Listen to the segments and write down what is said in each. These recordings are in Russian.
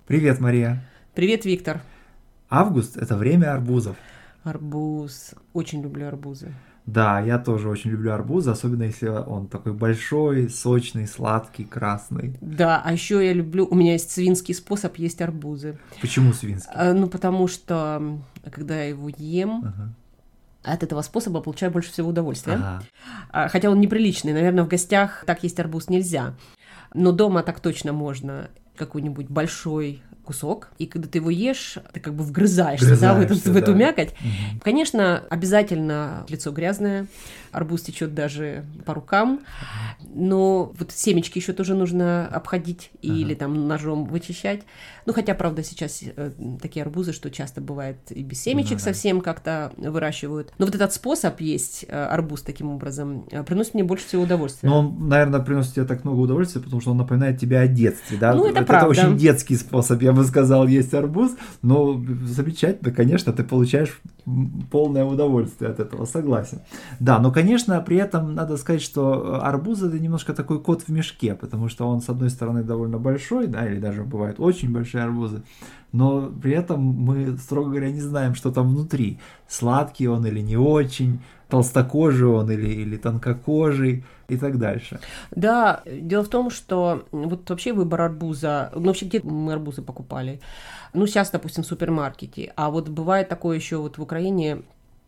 Привет, Мария. Привет, Виктор. Август – это время арбузов. Арбуз. Очень люблю арбузы. Да, я тоже очень люблю арбуз, особенно если он такой большой, сочный, сладкий, красный. Да, а еще я люблю, у меня есть свинский способ есть арбузы. Почему свинский? Ну, потому что, когда я его ем, Ага. от этого способа получаю больше всего удовольствия. Ага. Хотя он неприличный, наверное, в гостях так есть арбуз нельзя. Но дома так точно можно. Какой-нибудь большой кусок, и когда ты его ешь, ты как бы вгрызаешься, да, в эту мякоть. Мгм. Конечно, обязательно лицо грязное, арбуз течет даже по рукам, но вот семечки еще тоже нужно обходить или там ножом вычищать. Ну, хотя, правда, сейчас такие арбузы, что часто бывает и без семечек совсем как-то выращивают. Но вот этот способ есть арбуз таким образом приносит мне больше всего удовольствия. Но он, наверное, приносит тебе так много удовольствия, потому что он напоминает тебе о детстве, да? Ну, это правда. Это очень детский способ, я бы сказал, есть арбуз, но замечательно, конечно, ты получаешь полное удовольствие от этого, согласен. Да, но, конечно, при этом надо сказать, что арбуз это немножко такой кот в мешке, потому что он, с одной стороны, довольно большой, да, или даже бывают очень большие арбузы, но при этом мы, строго говоря, не знаем, что там внутри. Сладкий он или не очень, толстокожий он или тонкокожий и так дальше. Да, дело в том, что вот вообще выбор арбуза, ну вообще где мы арбузы покупали? Ну сейчас, допустим, в супермаркете, а вот бывает такое еще вот в Украине.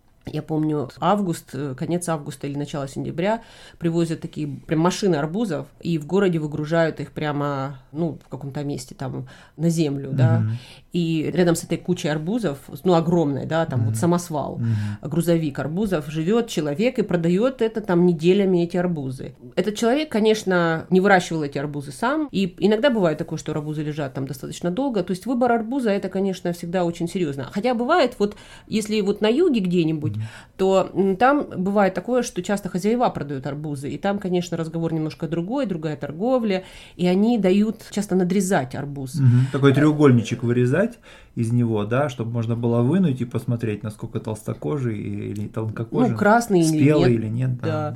Я помню, конец августа или начало сентября привозят такие прям машины арбузов, и в городе выгружают их прямо, ну, в каком-то месте там на землю, да, и рядом с этой кучей арбузов, ну, огромной, да, там вот самосвал, грузовик арбузов, живет человек и продает это там неделями эти арбузы. Этот человек, конечно, не выращивал эти арбузы сам, и иногда бывает такое, что арбузы лежат там достаточно долго, то есть выбор арбуза это, конечно, всегда очень серьезно. Хотя бывает, вот если вот на юге где-нибудь, то там бывает такое, что часто хозяева продают арбузы, и там, конечно, разговор немножко другой, другая торговля, и они дают часто надрезать арбуз. Такой треугольничек вырезать из него, да, чтобы можно было вынуть и посмотреть, насколько толстокожий или тонкокожий, ну, красный спелый или нет.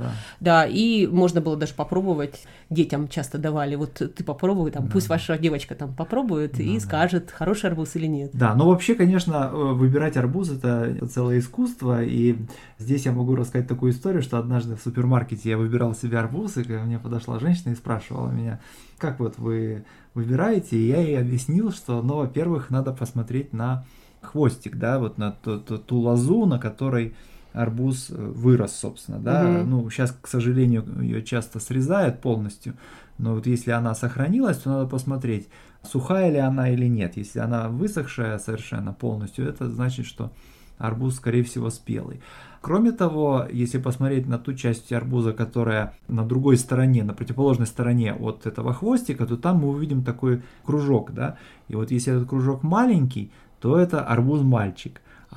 Да, и можно было даже попробовать, детям часто давали, вот ты попробуй, там, пусть ваша девочка там попробует и скажет, хороший арбуз или нет. Да, но вообще, конечно, выбирать арбуз это целое искусство, и здесь я могу рассказать такую историю, что однажды в супермаркете я выбирал себе арбуз, и ко мне подошла женщина и спрашивала меня, как вот вы выбираете, и я ей объяснил, что, ну, во-первых, надо посмотреть на хвостик, да, вот на ту лозу, на которой арбуз вырос, собственно, да, ну, сейчас, к сожалению, ее часто срезают полностью, но вот если она сохранилась, то надо посмотреть, сухая ли она или нет. Если она высохшая совершенно полностью, это значит, что арбуз, скорее всего, спелый. Кроме того, если посмотреть на ту часть арбуза, которая на другой стороне, на противоположной стороне от этого хвостика, то там мы увидим такой кружок, да, и вот если этот кружок маленький, то это арбуз-мальчик.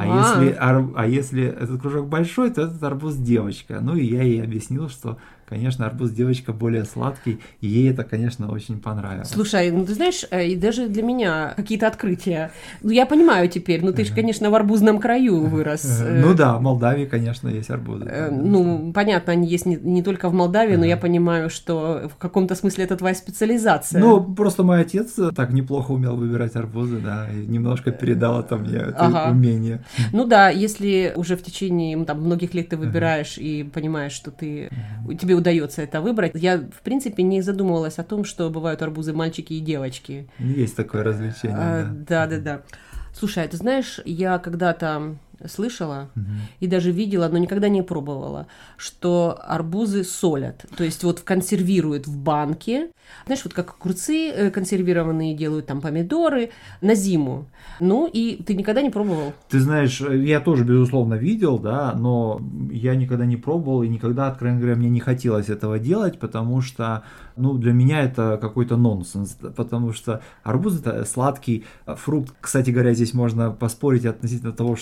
А если этот кружок большой, то этот арбуз-девочка. Ну и я ей объяснил, что, конечно, арбуз-девочка более сладкий, и ей это, конечно, очень понравилось. Слушай, ну ты знаешь, и даже для меня какие-то открытия. Ну я понимаю теперь, ну ты же, конечно, в арбузном краю вырос. Ну да, в Молдавии, конечно, есть арбузы. Ну, понятно, они есть не только в Молдавии, но я понимаю, что в каком-то смысле это твоя специализация. Ну, просто мой отец так неплохо умел выбирать арбузы, да, и немножко передал это мне, это умение. Ну да, если уже в течение там, многих лет ты выбираешь и понимаешь, что тебе удается это выбрать, я, в принципе, не задумывалась о том, что бывают арбузы мальчики и девочки. Есть такое развлечение, да. Да. Слушай, а ты знаешь, я когда-то слышала и даже видела, но никогда не пробовала, что арбузы солят, то есть вот консервируют в банке, знаешь, вот как огурцы консервированные делают, там помидоры на зиму. Ну и ты никогда не пробовал? Ты знаешь, я тоже, безусловно, видел, да, но я никогда не пробовал и никогда, откровенно говоря, мне не хотелось этого делать, потому что, ну, для меня это какой-то нонсенс, потому что арбуз это сладкий фрукт. Кстати говоря, здесь можно поспорить относительно того, что такое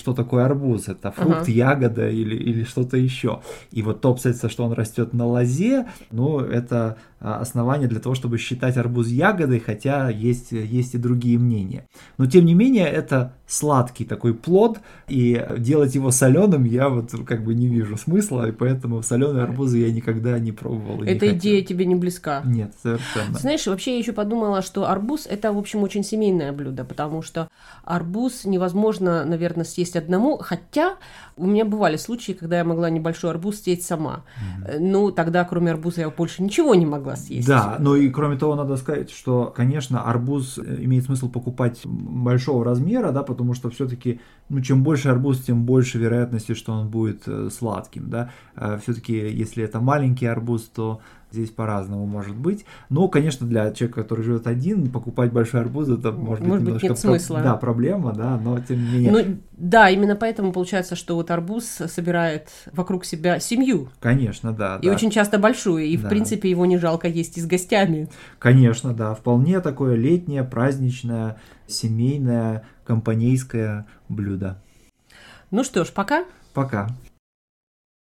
арбуз. Это фрукт, ягода или что-то еще. И вот то обстоятельство, что он растет на лозе, ну, это основание для того, чтобы считать арбуз ягодой, хотя есть и другие мнения. Но, тем не менее, это сладкий такой плод, и делать его соленым я вот как бы не вижу смысла, и поэтому соленые арбузы я никогда не пробовал. Эта идея тебе не близка? Нет, совершенно. Знаешь, вообще я еще подумала, что арбуз – это, в общем, очень семейное блюдо, потому что арбуз невозможно, наверное, съесть одному, хотя у меня бывали случаи, когда я могла небольшой арбуз съесть сама. Ну, тогда, кроме арбуза, я больше ничего не могла съесть. Да, ну и кроме того, надо сказать, что, конечно, арбуз имеет смысл покупать большого размера, да, потому что все-таки, ну, чем больше арбуз, тем больше вероятности, что он будет сладким, да. Все-таки, если это маленький арбуз, то здесь по-разному может быть. Но, конечно, для человека, который живет один, покупать большой арбуз, это может быть немножко нет смысла. Да, проблема, да, но тем не менее. Ну, да, именно поэтому получается, что вот арбуз собирает вокруг себя семью. Конечно, да. И очень часто большую, и, да. В принципе, его не жалко есть и с гостями. Конечно, да, вполне такое летнее, праздничное, семейное, компанейское блюдо. Ну что ж, пока. Пока.